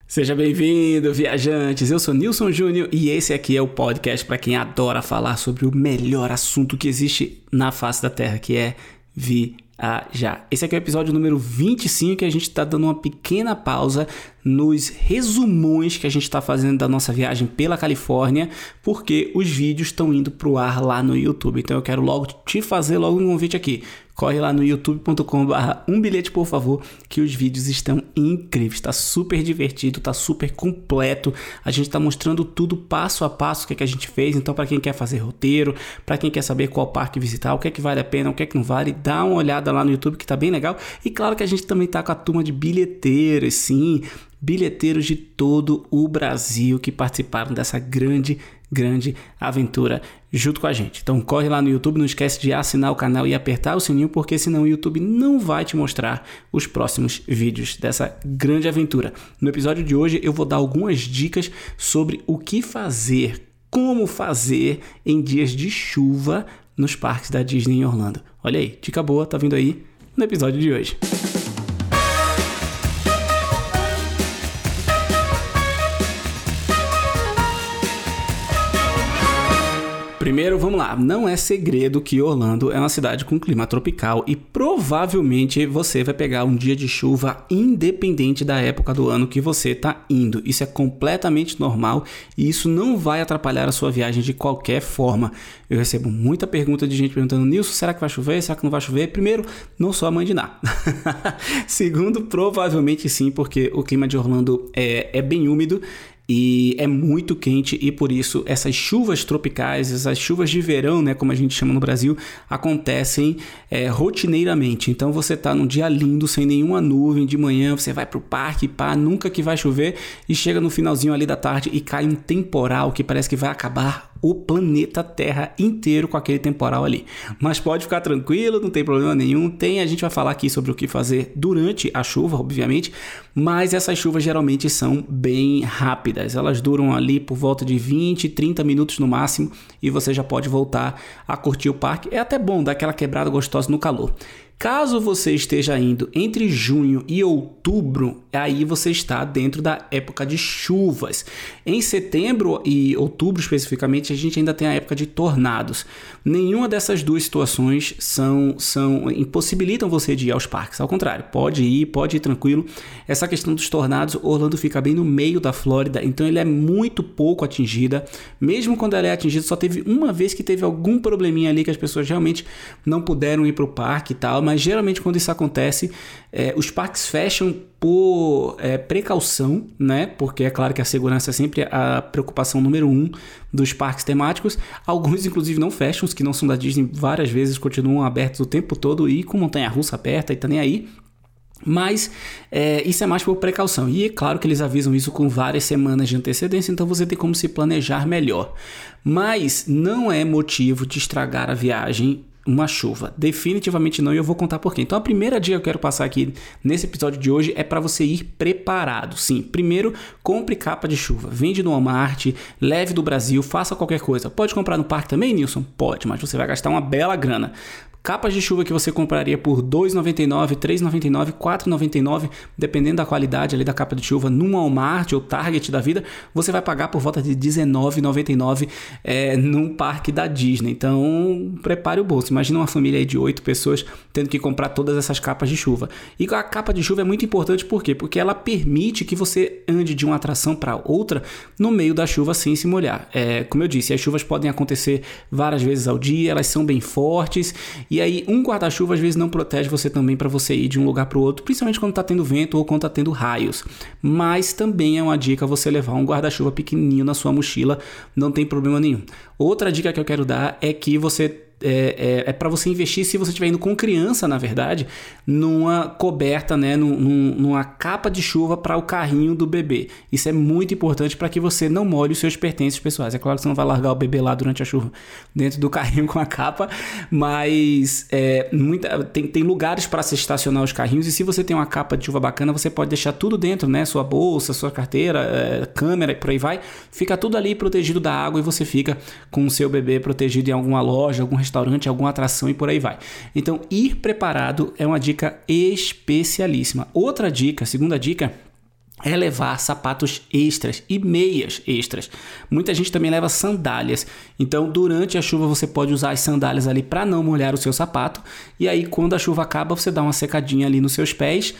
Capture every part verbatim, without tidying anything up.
Seja bem-vindo, viajantes! Eu sou Nilson Júnior e esse aqui é o podcast para quem adora falar sobre o melhor assunto que existe na face da Terra, que é viajar. Esse aqui é o episódio número vinte e cinco e a gente está dando uma pequena pausa nos resumões que a gente está fazendo da nossa viagem pela Califórnia, porque os vídeos estão indo para o ar lá no YouTube. Então eu quero logo te fazer logo um convite aqui. Corre lá no youtube ponto com barra um bilhete, por favor, que os vídeos estão incríveis. Está super divertido, está super completo. A gente está mostrando tudo passo a passo o que, é que a gente fez. Então, para quem quer fazer roteiro, para quem quer saber qual parque visitar, o que é que vale a pena, o que é que não vale, dá uma olhada lá no YouTube que está bem legal. E claro que a gente também está com a turma de bilheteiros, sim, bilheteiros de todo o Brasil que participaram dessa grande, grande aventura junto com a gente. Então corre lá no YouTube, não esquece de assinar o canal e apertar o sininho, porque senão o YouTube não vai te mostrar os próximos vídeos dessa grande aventura. No episódio de hoje eu vou dar algumas dicas sobre o que fazer, como fazer em dias de chuva nos parques da Disney em Orlando. Olha aí, dica boa, tá vindo aí no episódio de hoje. Primeiro, vamos lá, não é segredo que Orlando é uma cidade com clima tropical e provavelmente você vai pegar um dia de chuva independente da época do ano que você está indo. Isso é completamente normal e isso não vai atrapalhar a sua viagem de qualquer forma. Eu recebo muita pergunta de gente perguntando: Nilson, será que vai chover? Será que não vai chover? Primeiro, não sou a mãe de Ná. Segundo, provavelmente sim, porque o clima de Orlando é, é bem úmido e é muito quente e por isso essas chuvas tropicais, essas chuvas de verão, né, como a gente chama no Brasil, acontecem é, rotineiramente. Então você tá num dia lindo, sem nenhuma nuvem de manhã, você vai pro parque, pá, nunca que vai chover e chega no finalzinho ali da tarde e cai um temporal que parece que vai acabar o planeta Terra inteiro com aquele temporal ali. Mas pode ficar tranquilo, não tem problema nenhum. Tem, a gente vai falar aqui sobre o que fazer durante a chuva, obviamente, mas essas chuvas geralmente são bem rápidas. Elas duram ali por volta de vinte, trinta minutos no máximo e você já pode voltar a curtir o parque. É até bom dar aquela quebrada gostosa no calor. Caso você esteja indo entre junho e outubro, aí você está dentro da época de chuvas. Em setembro e outubro especificamente, a gente ainda tem a época de tornados. Nenhuma dessas duas situações são, são impossibilitam você de ir aos parques. Ao contrário, pode ir, pode ir tranquilo. Essa questão dos tornados, Orlando fica bem no meio da Flórida, então ele é muito pouco atingida. Mesmo quando ela é atingida, só teve uma vez que teve algum probleminha ali que as pessoas realmente não puderam ir para o parque e tal. Mas geralmente quando isso acontece, é, os parques fecham por é, precaução, né? Porque é claro que a segurança é sempre a preocupação número um dos parques temáticos. Alguns inclusive não fecham, os que não são da Disney várias vezes continuam abertos o tempo todo e com montanha-russa aberta e tá nem aí. Mas é, isso é mais por precaução e é claro que eles avisam isso com várias semanas de antecedência, então você tem como se planejar melhor. Mas não é motivo de estragar a viagem uma chuva, definitivamente não, e eu vou contar por quê. Então a primeira dica que eu quero passar aqui nesse episódio de hoje é para você ir preparado. Sim, primeiro, compre capa de chuva, vende no Walmart, leve do Brasil, faça qualquer coisa. Pode comprar no parque também, Nilson? Pode, mas você vai gastar uma bela grana. Capas de chuva que você compraria por dois reais e noventa e nove centavos, três reais e noventa e nove centavos, quatro reais e noventa e nove centavos, dependendo da qualidade ali da capa de chuva, no Walmart ou Target da vida, você vai pagar por volta de dezenove reais e noventa e nove centavos é, num parque da Disney. Então, prepare o bolso. Imagina uma família aí de oito pessoas tendo que comprar todas essas capas de chuva. E a capa de chuva é muito importante, por quê? Porque ela permite que você ande de uma atração para outra no meio da chuva sem se molhar. É, como eu disse, as chuvas podem acontecer várias vezes ao dia, elas são bem fortes. E aí um guarda-chuva às vezes não protege você também para você ir de um lugar para o outro, principalmente quando está tendo vento ou quando está tendo raios. Mas também é uma dica você levar um guarda-chuva pequenininho na sua mochila, não tem problema nenhum. Outra dica que eu quero dar é que você é, é, é para você investir, se você estiver indo com criança, na verdade, numa coberta, né, num, numa capa de chuva para o carrinho do bebê. Isso é muito importante para que você não molhe os seus pertences pessoais. É claro que você não vai largar o bebê lá durante a chuva dentro do carrinho com a capa, mas é, muita, tem, tem lugares para se estacionar os carrinhos e se você tem uma capa de chuva bacana, você pode deixar tudo dentro, né, sua bolsa, sua carteira, é, câmera e por aí vai. Fica tudo ali protegido da água e você fica com o seu bebê protegido em alguma loja, algum restaurante, alguma atração e por aí vai. Então, ir preparado é uma dica especialíssima. Outra dica, segunda dica, é levar sapatos extras e meias extras. Muita gente também leva sandálias. Então, durante a chuva, você pode usar as sandálias ali para não molhar o seu sapato. E aí, quando a chuva acaba, você dá uma secadinha ali nos seus pés,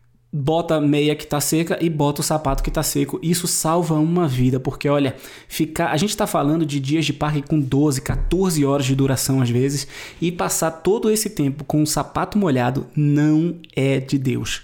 bota a meia que tá seca e bota o sapato que tá seco. Isso salva uma vida, porque olha, ficar, a gente tá falando de dias de parque com doze, catorze horas de duração às vezes, e passar todo esse tempo com o sapato molhado não é de Deus.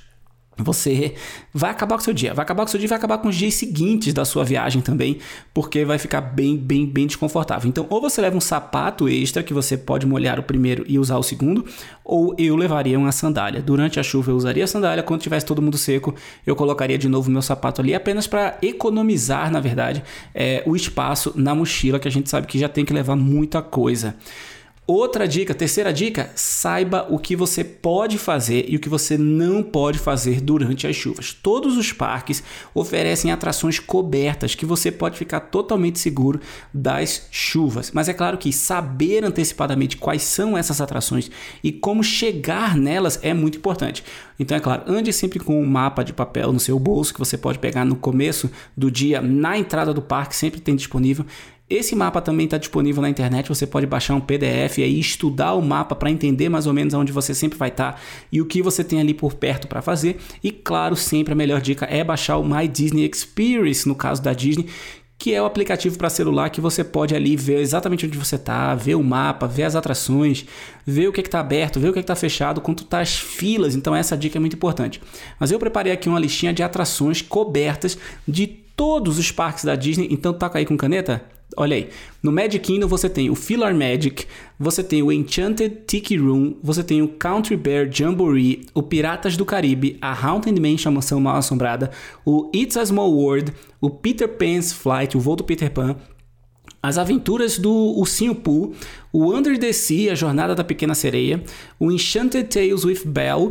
Você vai acabar com o seu dia, vai acabar com o seu dia, vai acabar com os dias seguintes da sua viagem também, porque vai ficar bem, bem, bem desconfortável. Então, ou você leva um sapato extra que você pode molhar o primeiro e usar o segundo, ou eu levaria uma sandália. Durante a chuva eu usaria a sandália, quando tivesse todo mundo seco, eu colocaria de novo o meu sapato ali, apenas para economizar, na verdade, é, o espaço na mochila, que a gente sabe que já tem que levar muita coisa. Outra dica, terceira dica, saiba o que você pode fazer e o que você não pode fazer durante as chuvas. Todos os parques oferecem atrações cobertas que você pode ficar totalmente seguro das chuvas. Mas é claro que saber antecipadamente quais são essas atrações e como chegar nelas é muito importante. Então é claro, ande sempre com um mapa de papel no seu bolso que você pode pegar no começo do dia, na entrada do parque, sempre tem disponível. Esse mapa também está disponível na internet, você pode baixar um P D F e aí estudar o mapa para entender mais ou menos onde você sempre vai estar e o que você tem ali por perto para fazer. E claro, sempre a melhor dica é baixar o My Disney Experience, no caso da Disney, que é o aplicativo para celular que você pode ali ver exatamente onde você está, ver o mapa, ver as atrações, ver o que está aberto, ver o que está fechado, quanto está as filas. Então essa dica é muito importante. Mas eu preparei aqui uma listinha de atrações cobertas de todos os parques da Disney, então tá aí com caneta? Olha aí, no Magic Kingdom você tem o PhilharMagic, você tem o Enchanted Tiki Room, você tem o Country Bear Jamboree, o Piratas do Caribe, a Haunted Mansion, a Mansão Mal Assombrada, o It's a Small World, o Peter Pan's Flight, o voo do Peter Pan, as aventuras do Ursinho Pooh, o Under the Sea, a Jornada da Pequena Sereia, o Enchanted Tales with Belle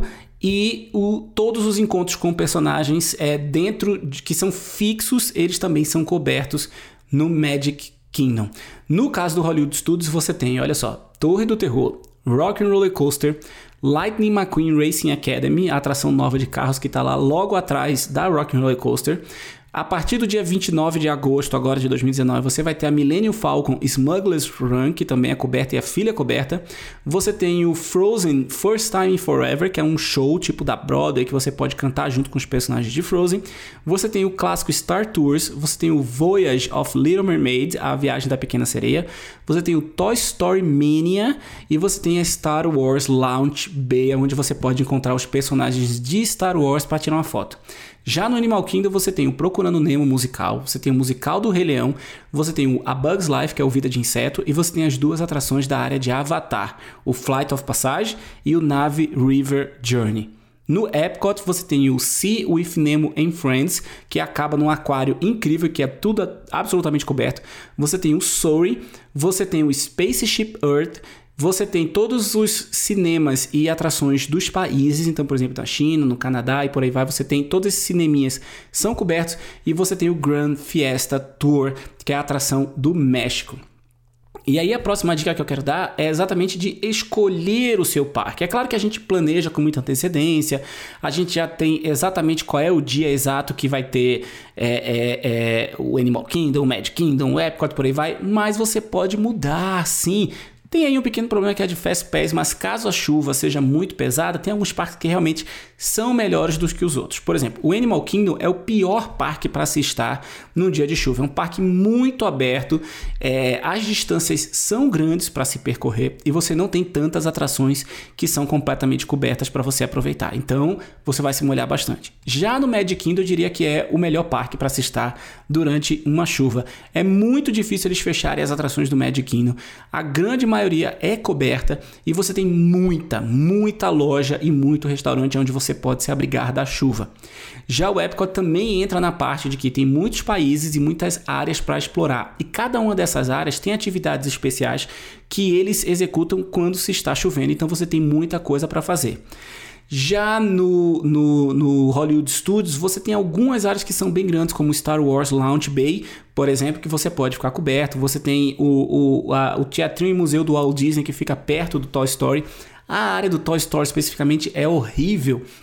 e o, todos os encontros com personagens é, dentro de, que são fixos, eles também são cobertos no Magic Kingdom. No caso do Hollywood Studios, você tem, olha só, Torre do Terror, Rock and Roller Coaster, Lightning McQueen Racing Academy, a atração nova de carros que está lá logo atrás da Rock and Roller Coaster. A partir do dia vinte e nove de agosto agora de dois mil e dezenove, você vai ter a Millennium Falcon Smuggler's Run, que também é coberta e a filha é coberta. Você tem o Frozen First Time Forever, que é um show tipo da Broadway, que você pode cantar junto com os personagens de Frozen. Você tem o clássico Star Tours, você tem o Voyage of Little Mermaid, a viagem da Pequena Sereia. Você tem o Toy Story Mania e você tem a Star Wars Launch Bay, onde você pode encontrar os personagens de Star Wars para tirar uma foto. Já no Animal Kingdom você tem o Procurando Nemo musical, você tem o musical do Rei Leão, você tem o A Bug's Life, que é o Vida de Inseto, e você tem as duas atrações da área de Avatar, o Flight of Passage e o Na'vi River Journey. No Epcot você tem o Sea with Nemo and Friends, que acaba num aquário incrível, que é tudo absolutamente coberto. Você tem o Soarin', você tem o Spaceship Earth, você tem todos os cinemas e atrações dos países, então, por exemplo, na China, no Canadá e por aí vai, você tem todos esses cineminhas são cobertos e você tem o Grand Fiesta Tour, que é a atração do México. E aí a próxima dica que eu quero dar é exatamente de escolher o seu parque. É claro que a gente planeja com muita antecedência, a gente já tem exatamente qual é o dia exato que vai ter é, é, é, o Animal Kingdom, o Magic Kingdom, o Epcot, por aí vai, mas você pode mudar, sim. Tem aí um pequeno problema que é de Fast Pass, mas caso a chuva seja muito pesada, tem alguns parques que realmente são melhores do que os outros. Por exemplo, o Animal Kingdom é o pior parque para se estar num dia de chuva. É um parque muito aberto, é, as distâncias são grandes para se percorrer e você não tem tantas atrações que são completamente cobertas para você aproveitar. Então, você vai se molhar bastante. Já no Magic Kingdom, eu diria que é o melhor parque para se estar durante uma chuva. É muito difícil eles fecharem as atrações do Magic Kingdom. A grande maioria é coberta e você tem muita, muita loja e muito restaurante onde você pode se abrigar da chuva. Já o Epcot também entra na parte de que tem muitos países e muitas áreas para explorar e cada uma dessas áreas tem atividades especiais que eles executam quando se está chovendo, então você tem muita coisa para fazer. Já no, no, no Hollywood Studios, você tem algumas áreas que são bem grandes, como o Star Wars Launch Bay, por exemplo, que você pode ficar coberto. Você tem o, o, a, o Teatrinho e Museu do Walt Disney, que fica perto do Toy Story. A área do Toy Story, especificamente, é horrível.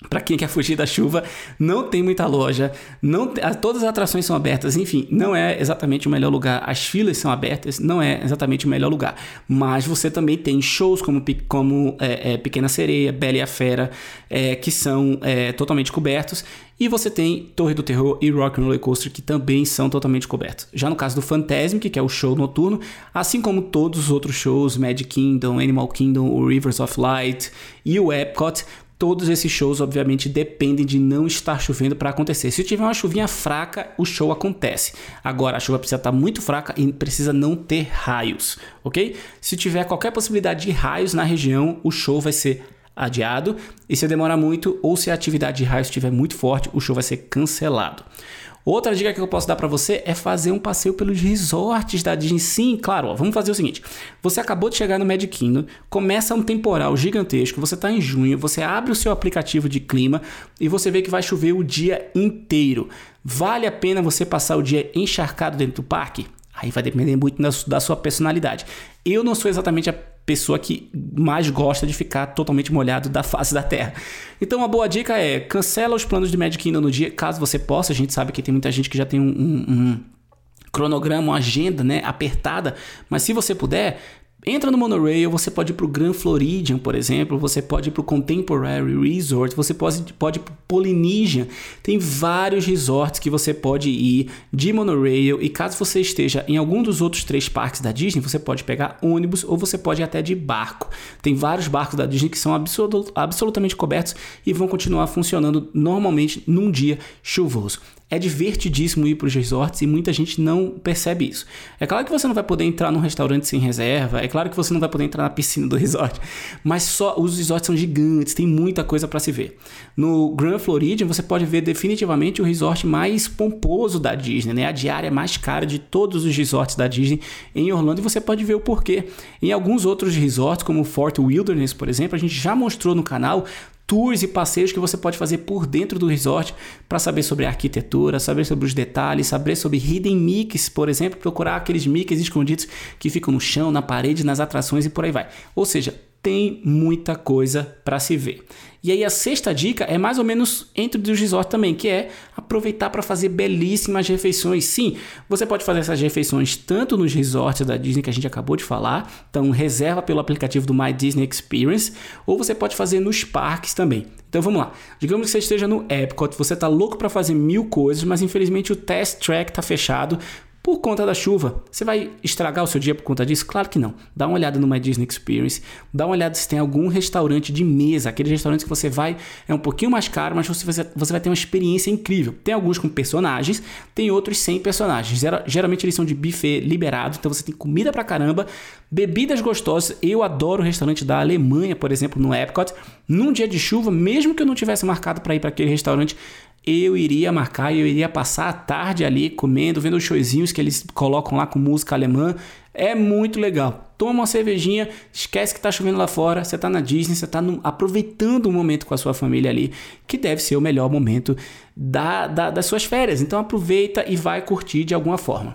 Para quem quer fugir da chuva, não tem muita loja, não tem, todas as atrações são abertas, enfim, não é exatamente o melhor lugar. As filas são abertas, não é exatamente o melhor lugar. Mas você também tem shows como, como é, é, Pequena Sereia, Bela e a Fera, é, que são é, totalmente cobertos. E você tem Torre do Terror e Rock and Roller Coaster, que também são totalmente cobertos. Já no caso do Fantasmic, que é o show noturno, assim como todos os outros shows, Magic Kingdom, Animal Kingdom, o Rivers of Light e o Epcot, todos esses shows, obviamente, dependem de não estar chovendo para acontecer. Se tiver uma chuvinha fraca, o show acontece. Agora, a chuva precisa estar muito fraca e precisa não ter raios, ok? Se tiver qualquer possibilidade de raios na região, o show vai ser adiado. E se demorar muito, ou se a atividade de raios estiver muito forte, o show vai ser cancelado. Outra dica que eu posso dar para você é fazer um passeio pelos resorts da Disney. Sim, claro, ó, vamos fazer o seguinte. Você acabou de chegar no Magic Kingdom, começa um temporal gigantesco, você está em junho, você abre o seu aplicativo de clima e você vê que vai chover o dia inteiro. Vale a pena você passar o dia encharcado dentro do parque? Aí vai depender muito da sua personalidade. Eu não sou exatamente a pessoa que mais gosta de ficar totalmente molhado da face da terra. Então uma boa dica é cancela os planos de Magic Kingdom no dia, caso você possa. A gente sabe que tem muita gente que já tem um, um, um cronograma, uma agenda, né, apertada, mas se você puder, entra no Monorail, você pode ir para o Grand Floridian, por exemplo, você pode ir para o Contemporary Resort, você pode, pode ir para o Polynesian. Tem vários resorts que você pode ir de Monorail e caso você esteja em algum dos outros três parques da Disney, você pode pegar ônibus ou você pode ir até de barco. Tem vários barcos da Disney que são absolut, absolutamente cobertos e vão continuar funcionando normalmente num dia chuvoso. É divertidíssimo ir para os resorts e muita gente não percebe isso. É claro que você não vai poder entrar num restaurante sem reserva, é claro que você não vai poder entrar na piscina do resort, mas só os resorts são gigantes, tem muita coisa para se ver. No Grand Floridian você pode ver definitivamente o resort mais pomposo da Disney, né? A diária mais cara de todos os resorts da Disney em Orlando e você pode ver o porquê. Em alguns outros resorts, como o Fort Wilderness, por exemplo, a gente já mostrou no canal tours e passeios que você pode fazer por dentro do resort para saber sobre a arquitetura, saber sobre os detalhes, saber sobre hidden Mickeys, por exemplo, procurar aqueles Mickeys escondidos que ficam no chão, na parede, nas atrações e por aí vai. Ou seja, tem muita coisa para se ver. E aí a sexta dica é mais ou menos entre os resorts também, que é aproveitar para fazer belíssimas refeições. Sim, você pode fazer essas refeições tanto nos resorts da Disney que a gente acabou de falar, então reserva pelo aplicativo do My Disney Experience, ou você pode fazer nos parques também. Então vamos lá, digamos que você esteja no Epcot, você está louco para fazer mil coisas, mas infelizmente o Test Track está fechado por conta da chuva. Você vai estragar o seu dia por conta disso? Claro que não. Dá uma olhada no My Disney Experience, dá uma olhada se tem algum restaurante de mesa, aquele restaurante que você vai, é um pouquinho mais caro, mas você vai, você vai ter uma experiência incrível. Tem alguns com personagens, tem outros sem personagens. Geralmente eles são de buffet liberado, então você tem comida pra caramba, bebidas gostosas. Eu adoro o restaurante da Alemanha, por exemplo, no Epcot. Num dia de chuva, mesmo que eu não tivesse marcado para ir para aquele restaurante, eu iria marcar, eu iria passar a tarde ali comendo, vendo os showzinhos que eles colocam lá com música alemã. É muito legal. Toma uma cervejinha, esquece que tá chovendo lá fora, você tá na Disney, você tá no, aproveitando o momento com a sua família ali, que deve ser o melhor momento da, da, das suas férias. Então aproveita e vai curtir de alguma forma.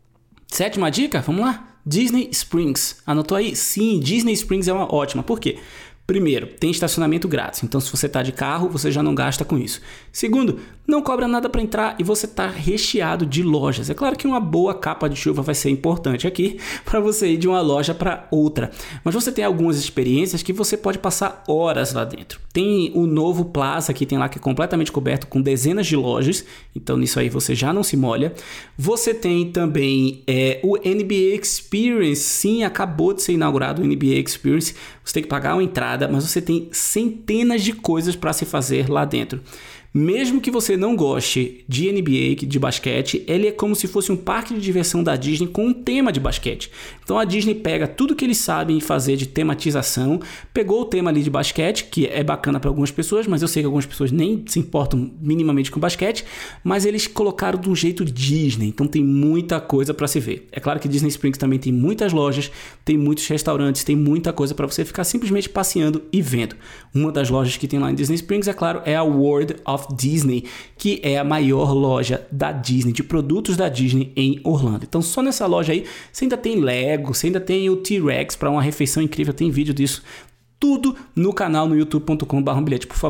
Sétima dica, vamos lá? Disney Springs. Anotou aí? Sim, Disney Springs é uma ótima. Por quê? Primeiro, tem estacionamento grátis, então se você está de carro, você já não gasta com isso. Segundo, não cobra nada para entrar e você está recheado de lojas. É claro que uma boa capa de chuva vai ser importante aqui para você ir de uma loja para outra, mas você tem algumas experiências que você pode passar horas lá dentro. Tem o novo Plaza que tem lá que é completamente coberto com dezenas de lojas, então nisso aí você já não se molha. Você tem também é, o N B A Experience, sim, acabou de ser inaugurado o N B A Experience, você tem que pagar uma entrada, mas você tem centenas de coisas para se fazer lá dentro. Mesmo que você não goste de N B A, de basquete, ele é como se fosse um parque de diversão da Disney com um tema de basquete. Então a Disney pega tudo que eles sabem fazer de tematização, pegou o tema ali de basquete, que é bacana para algumas pessoas, mas eu sei que algumas pessoas nem se importam minimamente com basquete, mas eles colocaram de um jeito Disney, então tem muita coisa para se ver. É claro que Disney Springs também tem muitas lojas, tem muitos restaurantes, tem muita coisa para você ficar simplesmente passeando e vendo. Uma das lojas que tem lá em Disney Springs, é claro, é a World of Disney, que é a maior loja da Disney, de produtos da Disney em Orlando. Então só nessa loja aí, você ainda tem Lego, você ainda tem o T-Rex para uma refeição incrível, tem vídeo disso, tudo no canal no youtube ponto com barra bilhete, por favor.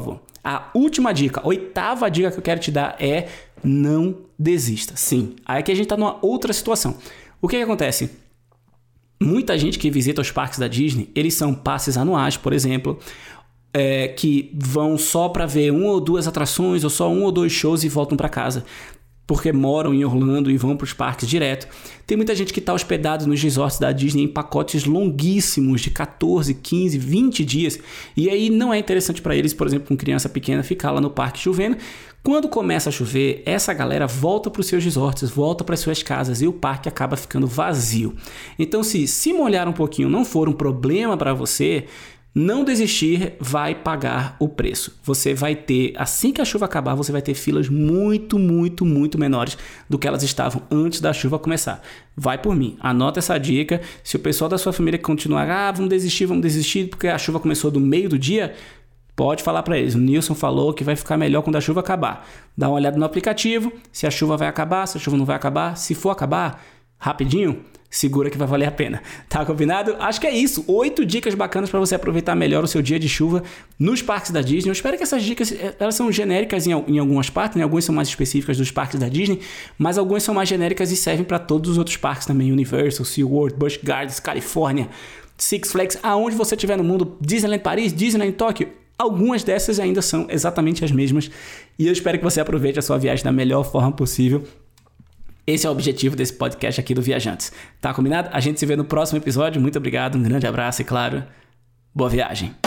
A última dica, a oitava dica que eu quero te dar é não desista. Sim, aí aqui a gente tá numa outra situação. O que que acontece? Muita gente que visita os parques da Disney, eles são passes anuais, por exemplo, é, que vão só para ver uma ou duas atrações ou só um ou dois shows e voltam para casa, porque moram em Orlando e vão para os parques direto. Tem muita gente que está hospedado nos resorts da Disney em pacotes longuíssimos de catorze, quinze, vinte dias. E aí não é interessante para eles, por exemplo, com criança pequena, ficar lá no parque chovendo. Quando começa a chover, essa galera volta para os seus resorts, volta para as suas casas e o parque acaba ficando vazio. Então, se se molhar um pouquinho não for um problema para você, não desistir vai pagar o preço. Você vai ter, assim que a chuva acabar, você vai ter filas muito, muito, muito menores do que elas estavam antes da chuva começar. Vai por mim, anota essa dica. Se o pessoal da sua família continuar, ah, vamos desistir, vamos desistir, porque a chuva começou do meio do dia, pode falar para eles. O Nilson falou que vai ficar melhor quando a chuva acabar. Dá uma olhada no aplicativo, se a chuva vai acabar, se a chuva não vai acabar. Se for acabar, rapidinho, segura que vai valer a pena. Tá combinado? Acho que é isso. Oito dicas bacanas para você aproveitar melhor o seu dia de chuva nos parques da Disney. Eu espero que essas dicas, elas são genéricas em, em algumas partes, né? Algumas são mais específicas dos parques da Disney, mas algumas são mais genéricas e servem para todos os outros parques também. Universal, SeaWorld, Busch Gardens, Califórnia, Six Flags, aonde você estiver no mundo, Disneyland Paris, Disneyland Tóquio. Algumas dessas ainda são exatamente as mesmas. E eu espero que você aproveite a sua viagem da melhor forma possível. Esse é o objetivo desse podcast aqui do Viajantes. Tá combinado? A gente se vê no próximo episódio. Muito obrigado, um grande abraço e, claro, boa viagem.